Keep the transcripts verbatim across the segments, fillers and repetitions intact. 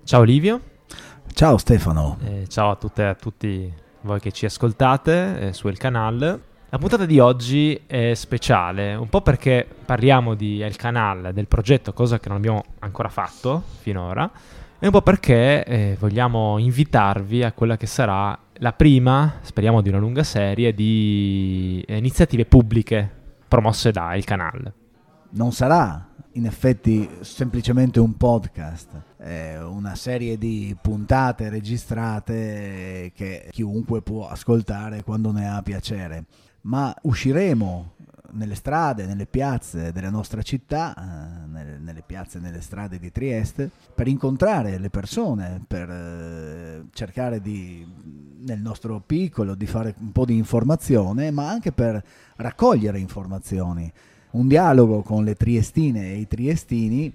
Ciao Livio. Ciao Stefano. Eh, ciao a tutte e a tutti voi che ci ascoltate eh, su El Canal. La puntata di oggi è speciale, un po' perché parliamo di El Canal, del progetto, cosa che non abbiamo ancora fatto finora, e un po' perché eh, vogliamo invitarvi a quella che sarà la prima, speriamo di una lunga serie, di iniziative pubbliche promosse da El Canal. Non sarà in effetti semplicemente un podcast, è una serie di puntate registrate che chiunque può ascoltare quando ne ha piacere, ma usciremo nelle strade, nelle piazze della nostra città, eh, nelle, nelle piazze e nelle strade di Trieste, per incontrare le persone, per eh, cercare di, nel nostro piccolo, di fare un po' di informazione, ma anche per raccogliere informazioni. Un dialogo con le triestine e i triestini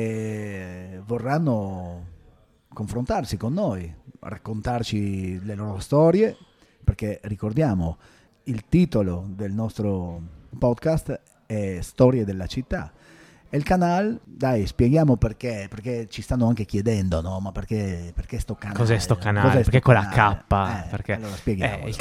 che vorranno confrontarsi con noi, raccontarci le loro storie, perché ricordiamo, il titolo del nostro podcast è Storie della città. E il canale, dai, spieghiamo perché, perché ci stanno anche chiedendo, no? Ma perché, perché sto canale? Cos'è sto canale? Cos'è perché sto con canale? la K? Eh, perché allora spieghiamo. eh, il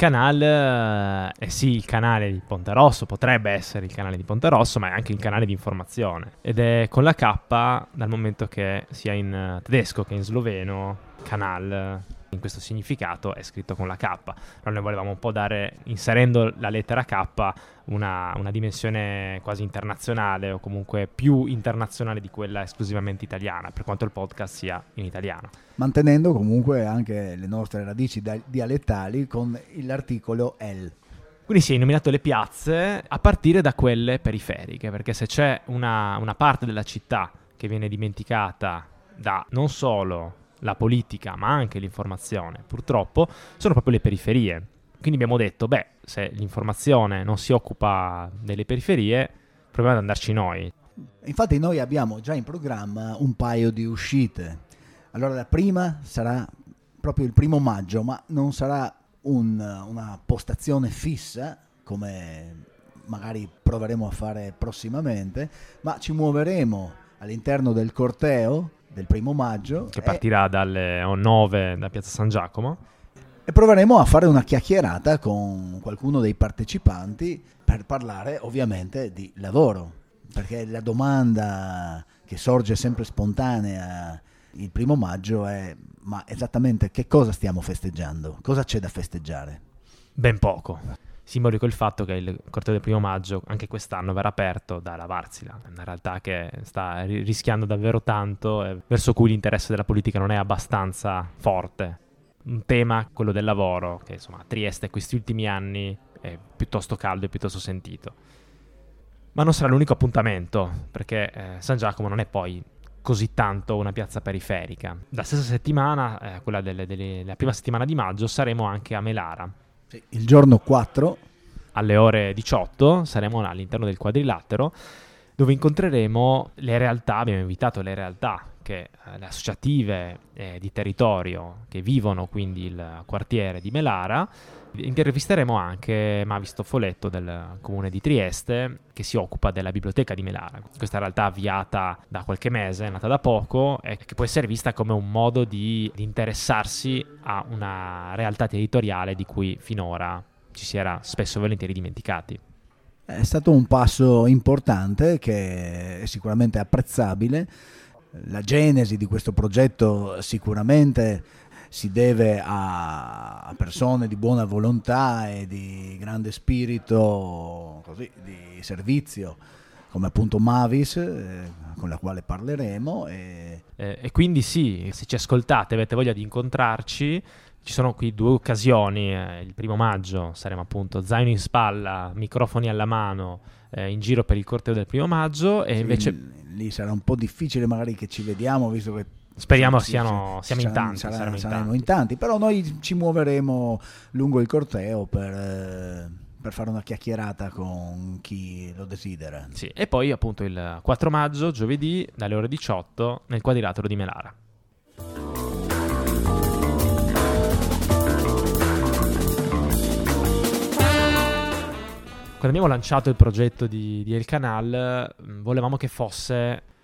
canale è sì il canale di Ponte Rosso, potrebbe essere il canale di Ponte Rosso, ma è anche il canale di informazione. Ed è con la K dal momento che sia in tedesco che in sloveno, canal in questo significato è scritto con la K. Allora noi volevamo un po' dare, inserendo la lettera K, una, una dimensione quasi internazionale, o comunque più internazionale di quella esclusivamente italiana, per quanto il podcast sia in italiano. Mantenendo comunque anche le nostre radici dialettali con l'articolo L. Quindi si è nominato le piazze a partire da quelle periferiche, perché se c'è una, una parte della città che viene dimenticata da non solo la politica ma anche l'informazione, purtroppo, sono proprio le periferie. Quindi abbiamo detto, beh, se l'informazione non si occupa delle periferie, proviamo ad andarci noi. Infatti noi abbiamo già in programma un paio di uscite. Allora la prima sarà proprio il primo maggio, ma non sarà un, una postazione fissa come magari proveremo a fare prossimamente, ma ci muoveremo all'interno del corteo del primo maggio, che partirà e, dalle nove da Piazza San Giacomo, e proveremo a fare una chiacchierata con qualcuno dei partecipanti per parlare ovviamente di lavoro, perché la domanda che sorge sempre spontanea il primo maggio è: ma esattamente che cosa stiamo festeggiando? Cosa c'è da festeggiare? Ben poco. Simbolico il fatto che il corteo del primo maggio anche quest'anno verrà aperto da Lavarsila, una realtà che sta rischiando davvero tanto e verso cui l'interesse della politica non è abbastanza forte. Un tema, quello del lavoro, che insomma a Trieste questi ultimi anni è piuttosto caldo e piuttosto sentito. Ma non sarà l'unico appuntamento, perché eh, San Giacomo non è poi così tanto una piazza periferica. La stessa settimana, eh, quella delle, delle, della prima settimana di maggio, saremo anche a Melara. Il giorno quattro alle ore diciotto saremo all'interno del quadrilatero, dove incontreremo le realtà, abbiamo invitato le realtà che, eh, le associative eh, di territorio che vivono quindi il quartiere di Melara. Intervisteremo anche Mavis Toffoletto del comune di Trieste, che si occupa della biblioteca di Melara. Questa realtà avviata da qualche mese, è nata da poco, e che può essere vista come un modo di, di interessarsi a una realtà territoriale di cui finora ci si era spesso e volentieri dimenticati. È stato un passo importante che è sicuramente apprezzabile. La genesi di questo progetto sicuramente si deve a persone di buona volontà e di grande spirito così, di servizio, come appunto Mavis, eh, con la quale parleremo. E... Eh, e quindi sì, se ci ascoltate, avete voglia di incontrarci, ci sono qui due occasioni. Eh, il primo maggio saremo appunto zaino in spalla, microfoni alla mano, eh, in giro per il corteo del primo maggio, e sì, invece lì sarà un po' difficile magari che ci vediamo, visto che speriamo sì, siano, sì, siamo in sarà, tanti, sarà, saremo in saremo tanti. in tanti, però noi ci muoveremo lungo il corteo per, eh, per fare una chiacchierata con chi lo desidera. Sì, e poi appunto il quattro maggio, giovedì, dalle ore diciotto, nel quadrilatero di Melara. Quando abbiamo lanciato il progetto di, di El Canal, volevamo che fosse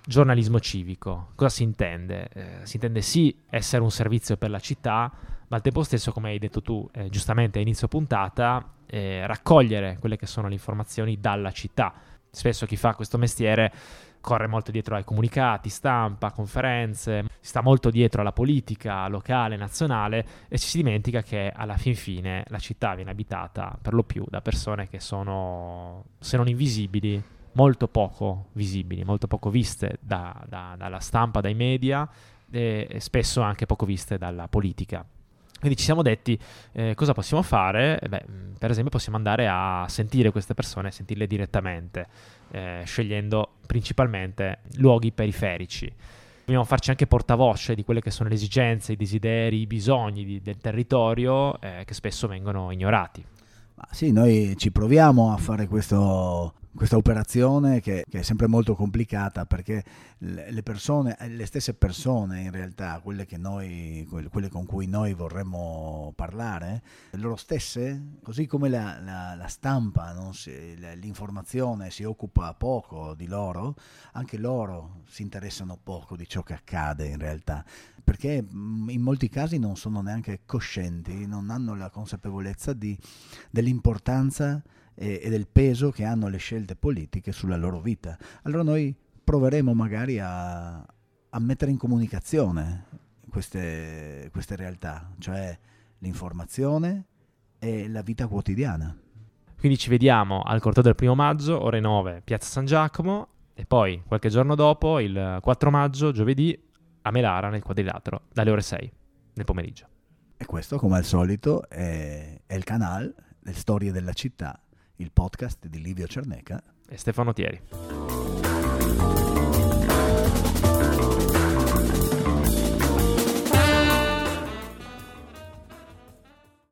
giornalismo civico. Cosa si intende? Eh, si intende sì essere un servizio per la città, ma al tempo stesso, come hai detto tu eh, giustamente a inizio puntata, eh, raccogliere quelle che sono le informazioni dalla città. Spesso chi fa questo mestiere corre molto dietro ai comunicati, stampa, conferenze, si sta molto dietro alla politica locale, nazionale, e ci si dimentica che alla fin fine la città viene abitata per lo più da persone che sono, se non invisibili, molto poco visibili, molto poco viste da, da, dalla stampa, dai media e, e spesso anche poco viste dalla politica. Quindi ci siamo detti eh, cosa possiamo fare? Eh beh, per esempio possiamo andare a sentire queste persone, sentirle direttamente, eh, scegliendo principalmente luoghi periferici. Dobbiamo farci anche portavoce di quelle che sono le esigenze, i desideri, i bisogni di, del territorio eh, che spesso vengono ignorati. Ma sì, noi ci proviamo a fare questo, questa operazione che, che è sempre molto complicata, perché le persone, le stesse persone in realtà, quelle che noi, quelle con cui noi vorremmo parlare, loro stesse, così come la, la, la stampa, non si, l'informazione si occupa poco di loro, anche loro si interessano poco di ciò che accade in realtà, perché in molti casi non sono neanche coscienti, non hanno la consapevolezza di, dell'importanza e, e del peso che hanno le scelte politiche sulla loro vita. Allora noi proveremo magari a, a mettere in comunicazione queste, queste realtà, cioè l'informazione e la vita quotidiana. Quindi ci vediamo al corteo del primo maggio, ore nove, Piazza San Giacomo, e poi qualche giorno dopo, il quattro maggio, giovedì, a Melara nel Quadrilatero, dalle ore sei nel pomeriggio. E questo, come al solito, è, è il canale Le Storie della Città, il podcast di Livio Cerneca e Stefano Thieri.